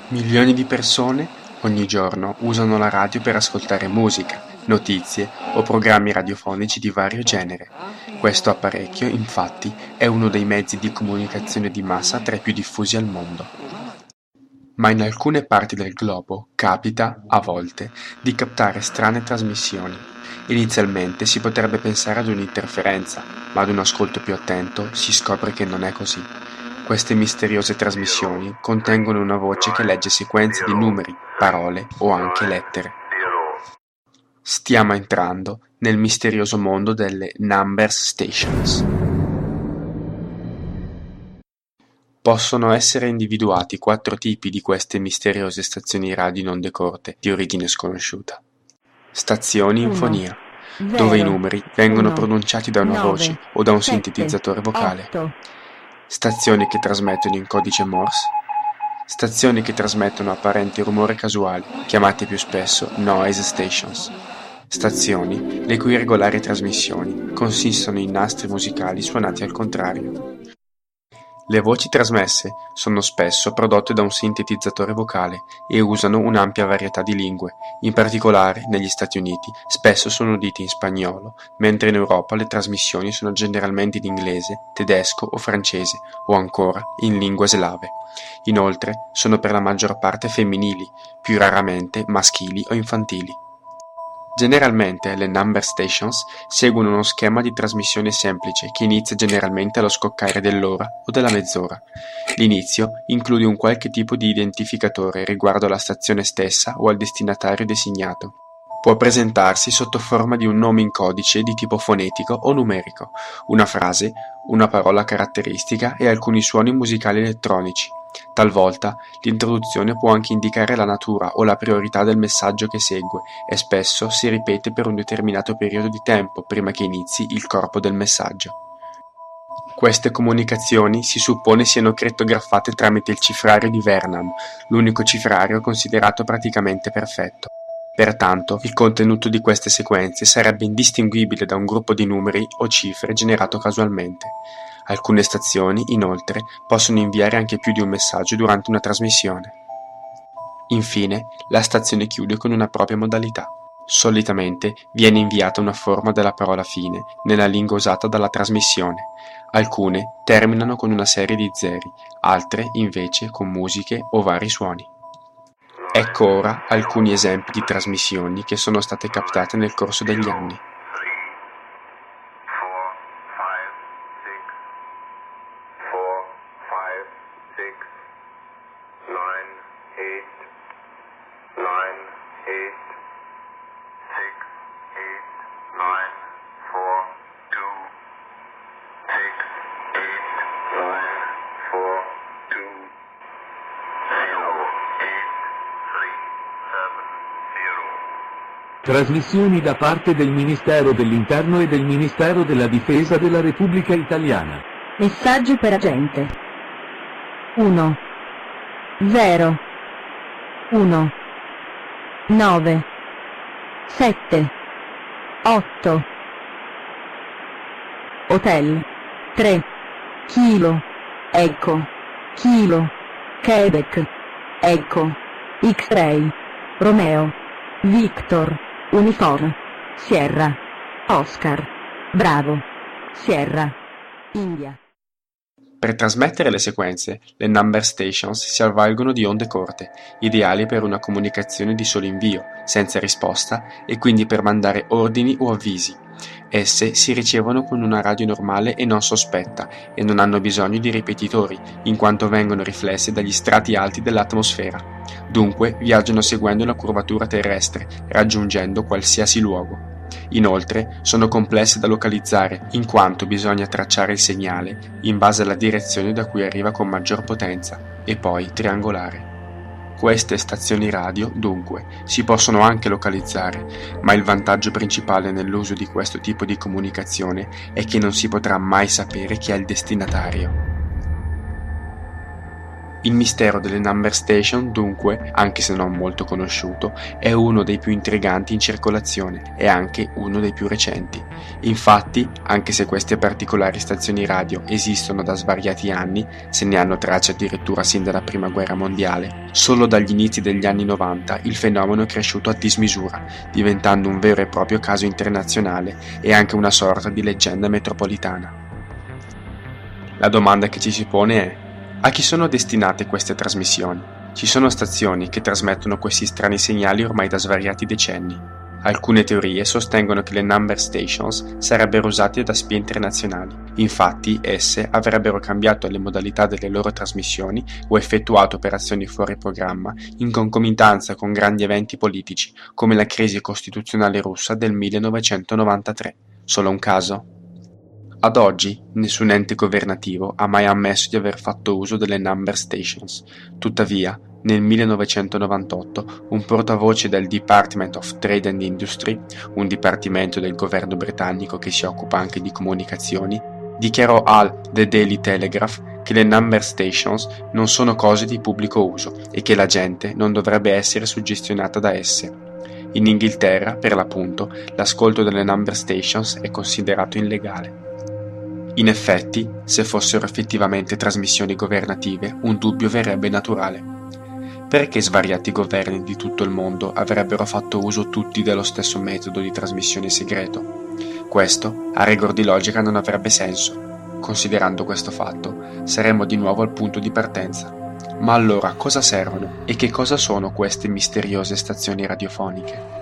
Milioni di persone ogni giorno usano la radio per ascoltare musica, notizie o programmi radiofonici di vario genere. Questo apparecchio, infatti, è uno dei mezzi di comunicazione di massa tra i più diffusi al mondo. Ma in alcune parti del globo capita, a volte, di captare strane trasmissioni. Inizialmente si potrebbe pensare ad un'interferenza, ma ad un ascolto più attento si scopre che non è così. Queste misteriose trasmissioni contengono una voce che legge sequenze di numeri, parole o anche lettere. Stiamo entrando nel misterioso mondo delle Number Stations. Possono essere individuati 4 tipi di queste misteriose stazioni radio in onde corte di origine sconosciuta. Stazioni in fonia, dove i numeri vengono pronunciati da una voce o da un sintetizzatore vocale. Stazioni che trasmettono in codice Morse. Stazioni che trasmettono apparenti rumori casuali, chiamate più spesso noise stations. Stazioni le cui regolari trasmissioni consistono in nastri musicali suonati al contrario. Le voci trasmesse sono spesso prodotte da un sintetizzatore vocale e usano un'ampia varietà di lingue, in particolare negli Stati Uniti spesso sono udite in spagnolo, mentre in Europa le trasmissioni sono generalmente in inglese, tedesco o francese, o ancora in lingue slave. Inoltre sono per la maggior parte femminili, più raramente maschili o infantili. Generalmente le number stations seguono uno schema di trasmissione semplice che inizia generalmente allo scoccare dell'ora o della mezz'ora. L'inizio include un qualche tipo di identificatore riguardo alla stazione stessa o al destinatario designato. Può presentarsi sotto forma di un nome in codice di tipo fonetico o numerico, una frase, una parola caratteristica e alcuni suoni musicali elettronici. Talvolta l'introduzione può anche indicare la natura o la priorità del messaggio che segue e spesso si ripete per un determinato periodo di tempo prima che inizi il corpo del messaggio. Queste comunicazioni si suppone siano crittografate tramite il cifrario di Vernam, l'unico cifrario considerato praticamente perfetto. Pertanto, il contenuto di queste sequenze sarebbe indistinguibile da un gruppo di numeri o cifre generato casualmente. Alcune stazioni, inoltre, possono inviare anche più di un messaggio durante una trasmissione. Infine, la stazione chiude con una propria modalità. Solitamente viene inviata una forma della parola fine nella lingua usata dalla trasmissione. Alcune terminano con una serie di zeri, altre invece con musiche o vari suoni. Ecco ora alcuni esempi di trasmissioni che sono state captate nel corso degli anni. Trasmissioni da parte del Ministero dell'Interno e del Ministero della Difesa della Repubblica Italiana. Messaggio per agente. 1 0 1 9 7 8 Hotel 3 Kilo Echo Kilo Quebec Echo X-Ray Romeo Victor Uniforme Sierra Oscar Bravo Sierra India. Per trasmettere le sequenze, le number stations si avvalgono di onde corte, ideali per una comunicazione di solo invio, senza risposta e quindi per mandare ordini o avvisi. Esse si ricevono con una radio normale e non sospetta e non hanno bisogno di ripetitori, in quanto vengono riflesse dagli strati alti dell'atmosfera. Dunque viaggiano seguendo la curvatura terrestre, raggiungendo qualsiasi luogo. Inoltre sono complesse da localizzare, in quanto bisogna tracciare il segnale in base alla direzione da cui arriva con maggior potenza e poi triangolare. Queste stazioni radio, dunque, si possono anche localizzare, ma il vantaggio principale nell'uso di questo tipo di comunicazione è che non si potrà mai sapere chi è il destinatario. Il mistero delle number station, dunque, anche se non molto conosciuto, è uno dei più intriganti in circolazione e anche uno dei più recenti. Infatti, anche se queste particolari stazioni radio esistono da svariati anni, se ne hanno tracce addirittura sin dalla Prima Guerra Mondiale, solo dagli inizi degli anni 90 il fenomeno è cresciuto a dismisura, diventando un vero e proprio caso internazionale e anche una sorta di leggenda metropolitana. La domanda che ci si pone è: a chi sono destinate queste trasmissioni? Ci sono stazioni che trasmettono questi strani segnali ormai da svariati decenni. Alcune teorie sostengono che le number stations sarebbero usate da spie internazionali. Infatti, esse avrebbero cambiato le modalità delle loro trasmissioni o effettuato operazioni fuori programma in concomitanza con grandi eventi politici, come la crisi costituzionale russa del 1993. Solo un caso? Ad oggi, nessun ente governativo ha mai ammesso di aver fatto uso delle number stations. Tuttavia, nel 1998, un portavoce del Department of Trade and Industry, un dipartimento del governo britannico che si occupa anche di comunicazioni, dichiarò al The Daily Telegraph che le number stations non sono cose di pubblico uso e che la gente non dovrebbe essere suggestionata da esse. In Inghilterra, per l'appunto, l'ascolto delle number stations è considerato illegale. In effetti, se fossero effettivamente trasmissioni governative, un dubbio verrebbe naturale. Perché svariati governi di tutto il mondo avrebbero fatto uso tutti dello stesso metodo di trasmissione segreto? Questo, a rigor di logica, non avrebbe senso. Considerando questo fatto, saremmo di nuovo al punto di partenza. Ma allora cosa servono e che cosa sono queste misteriose stazioni radiofoniche?